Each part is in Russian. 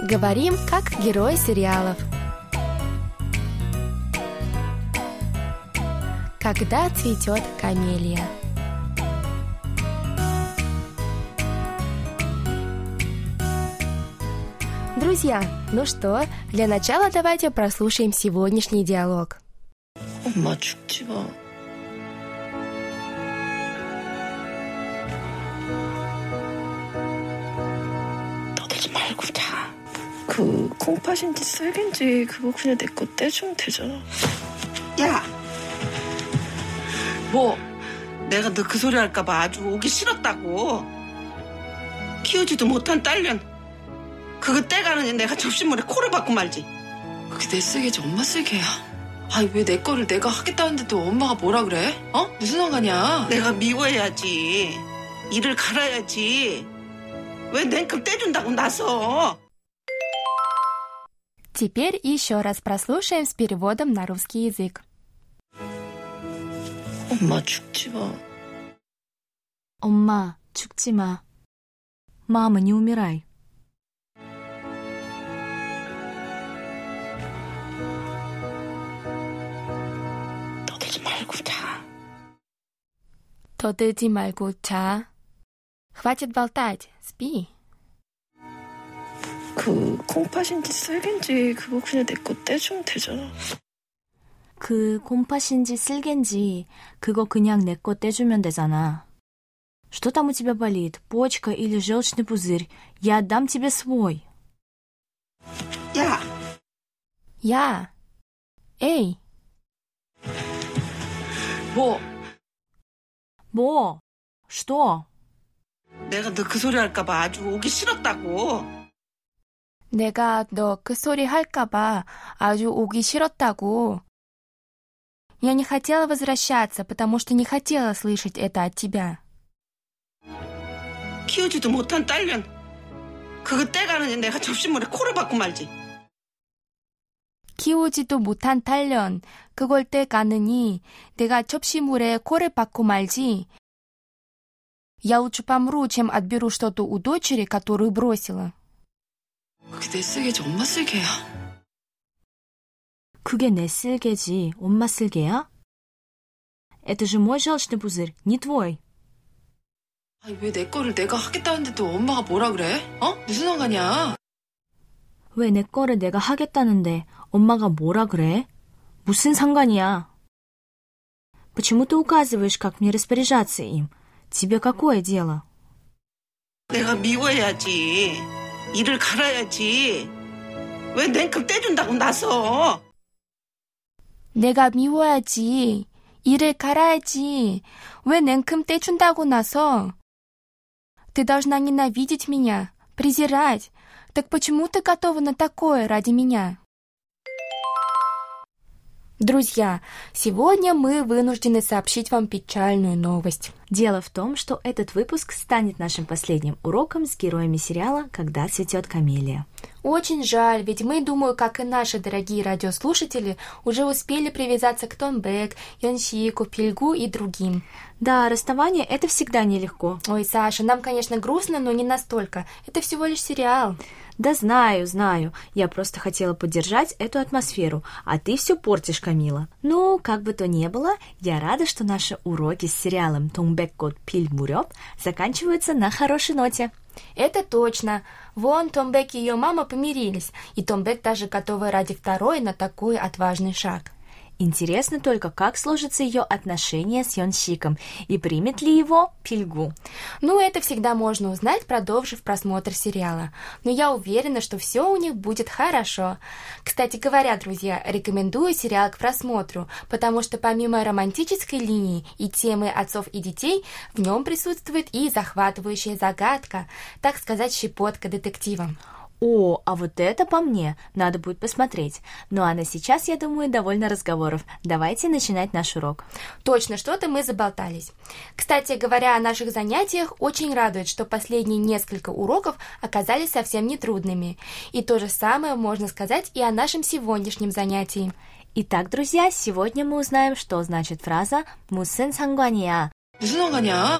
Говорим, как герои сериалов. Когда цветет камелия. Друзья, ну что, для начала давайте прослушаем сегодняшний диалог. 엄마 죽지 마. 떠들지 말고 자. 그 콩팥인지 쌀인지 그거 그냥 내 거 떼주면 되잖아. 야! 뭐? 내가 너 그 소리 할까 봐 아주 오기 싫었다고. 키우지도 못한 딸년 그거 떼가느니 내가 접시물에 코를 박고 말지. 그게 내 쓸개지 엄마 쓸개야. 아니 왜 내 거를 내가 하겠다는데도 엄마가 뭐라 그래? 어? 무슨 상관이야? 내가 미워해야지. 이를 갈아야지. 왜 냉큼 떼준다고 나서. Теперь еще раз прослушаем с переводом на русский язык. 엄마 죽지 마. 엄마, 죽지 마. Мама, не умирай. 떠들지 말고 자. 떠들지 말고 자. Хватит болтать, спи. 그 콩팥인지 쌀인지 그거 그냥 내 거 떼주면 되잖아. 그 곰팥인지 쓸개인지 그거 그냥 내 거 떼주면 되잖아. Что там у тебя болит? Почка или желчный пузырь? Я отдам тебе свой. 야! Я. Эй. 뭐? 뭐? Что? 내가 너 그 소리 할까 봐 아주 오기 싫었다고. 내가 너 그 소리 할까봐 아주 오기 싫었다고. Я не хотела возвращаться, потому что не хотела слышать это от тебя. 키우지도 못한 딸년 그거 떼가느니 내가 접시물에 코를 박고 말지. 키우지도 못한 딸년, 그걸 떼가느니 내가 접시물에 코를 박고 말지. Я лучше помру, чем отберу что-то у дочери, которую бросила. 그게 내 쓸개지 엄마 쓸개야. 그게 내 쓸개지, 엄마 쓸개야? Это же мой желчный пузырь, не твой. 아니 왜 내 거를 내가 하겠다는데도 엄마가 뭐라 그래? 어? 무슨 상관이야? 왜 내 거를 내가 하겠다는데 엄마가 뭐라 그래? 무슨 상관이야? Почему ты указываешь, как мне распоряжаться им? Тебе какое дело? 내가 미워해야지. 이를 갈아야지. 왜 냉큼 떼준다고 나서. 내가 미워야지. 이를 갈아야지. 왜 냉큼 떼준다고 나서. Ты должна ненавидеть меня, презирать. Так почему ты готова на такое ради меня? Друзья, сегодня мы вынуждены сообщить вам печальную новость. Дело в том, что этот выпуск станет нашим последним уроком с героями сериала «Когда цветет камелия». Очень жаль, ведь мы, думаю, как и наши дорогие радиослушатели, уже успели привязаться к Томбек, Йонсику, Пильгу и другим. Да, расставание — это всегда нелегко. Ой, Саша, нам, конечно, грустно, но не настолько. Это всего лишь сериал. Да знаю. Я просто хотела поддержать эту атмосферу, а ты все портишь, Камила. Ну, как бы то ни было, я рада, что наши уроки с сериалом «Томбек кот Пильмурёб» заканчиваются на хорошей ноте. Это точно. Вон Томбек и ее мама помирились, и Томбек даже готова ради второй на такой отважный шаг. Интересно только, как сложится ее отношение с Йонсиком и примет ли его Пильгу. Ну, это всегда можно узнать, продолжив просмотр сериала. Но я уверена, что все у них будет хорошо. Кстати говоря, друзья, рекомендую сериал к просмотру, потому что помимо романтической линии и темы отцов и детей, в нем присутствует и захватывающая загадка, так сказать, щепотка детектива. О, а вот это по мне, надо будет посмотреть. Ну а на сейчас, я думаю, довольно разговоров. Давайте начинать наш урок. Точно, что-то мы заболтались. Кстати говоря, о наших занятиях очень радует, что последние несколько уроков оказались совсем нетрудными. И то же самое можно сказать и о нашем сегодняшнем занятии. Итак, друзья, сегодня мы узнаем, что значит фраза «무슨 상관이야». 무슨 상관이야?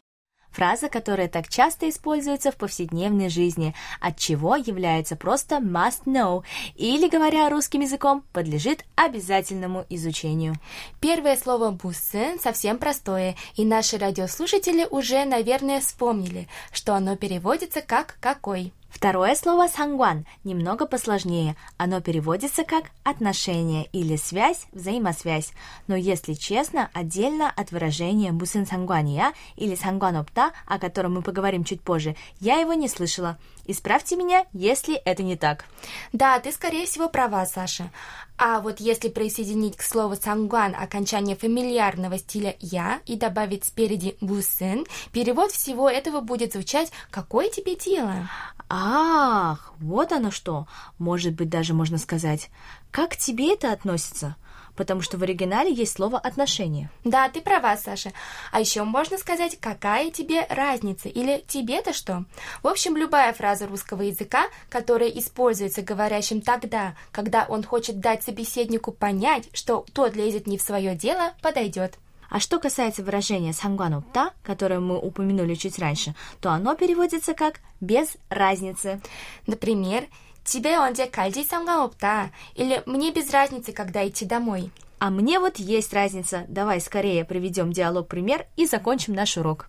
Фраза, которая так часто используется в повседневной жизни, от чего является просто must know, или, говоря русским языком, подлежит обязательному изучению. Первое слово «бусын» совсем простое, и наши радиослушатели уже, наверное, вспомнили, что оно переводится как «какой». Второе слово «сангван» немного посложнее. Оно переводится как «отношение» или «связь», «взаимосвязь». Но, если честно, отдельно от выражения «무슨 상관이야» или «상관없다», о котором мы поговорим чуть позже, я его не слышала. Исправьте меня, если это не так. Да, ты, скорее всего, права, Саша. А вот если присоединить к слову «сангван» окончание фамильярного стиля «я» и добавить спереди «бусын», перевод всего этого будет звучать «какое тебе дело?». Ах, вот оно что. Может быть, даже можно сказать, как к тебе это относится? Потому что в оригинале есть слово «отношение». Да, ты права, Саша. А еще можно сказать «какая тебе разница?» или «тебе-то что?». В общем, любая фраза русского языка, которая используется говорящим тогда, когда он хочет дать собеседнику понять, что тот лезет не в свое дело, подойдет. А что касается выражения «상관없다», которое мы упомянули чуть раньше, то оно переводится как «без разницы». Например, «тебе 언제 갈지 상관없다» или «мне без разницы, когда идти домой». А мне вот есть разница. Давай скорее приведем диалог-пример и закончим наш урок.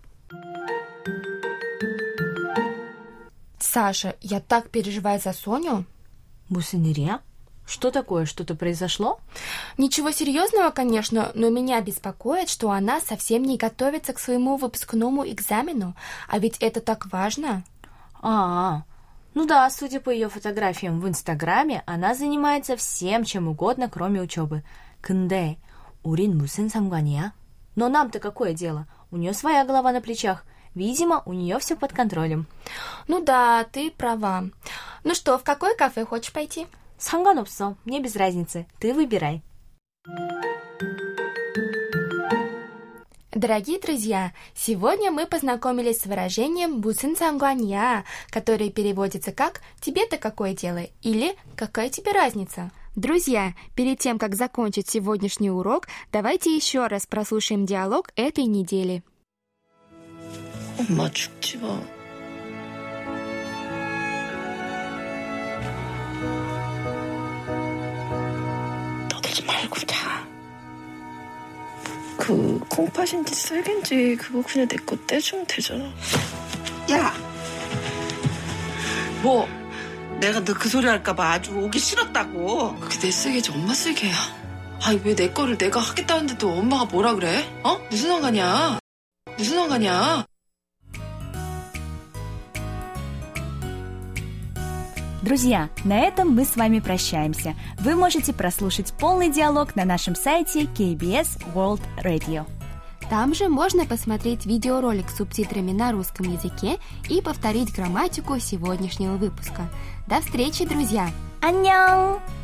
Саша, я так переживаю за Соню. 무슨 일이야? Что такое? Что-то произошло? Ничего серьезного, конечно, но меня беспокоит, что она совсем не готовится к своему выпускному экзамену. А ведь это так важно. Ну да, судя по ее фотографиям в Инстаграме, она занимается всем, чем угодно, кроме учебы. 근데 우린 무슨 상관이야? Но нам-то какое дело? У нее своя голова на плечах. Видимо, у нее все под контролем. Ну да, ты права. Ну что, в какое кафе хочешь пойти? 상관없어. Мне без разницы. Ты выбирай. Дорогие друзья, сегодня мы познакомились с выражением «무슨 상관이야», которое переводится как «тебе-то какое дело» или «какая тебе разница?». Друзья, перед тем, как закончить сегодняшний урок, давайте еще раз прослушаем диалог этой недели. 엄마 죽지 마. 떠들지 말고 자. 그 콩팥인지 쌀인지 그거 그냥 내 거 떼주면 되잖아. 야, 뭐? 내가 너 그 소리 할까봐 아주 오기 싫었다고. 그게 내 쓰개지 엄마 쓰개야. 아니 왜 내 거를 내가 하겠다는데도 엄마가 뭐라 그래? 어? 무슨 상관이야? 무슨 상관이야? Друзья, на этом мы с вами прощаемся. Вы можете прослушать полный диалог на нашем сайте KBS World Radio. Там же можно посмотреть видеоролик с субтитрами на русском языке и повторить грамматику сегодняшнего выпуска. До встречи, друзья! 안녕!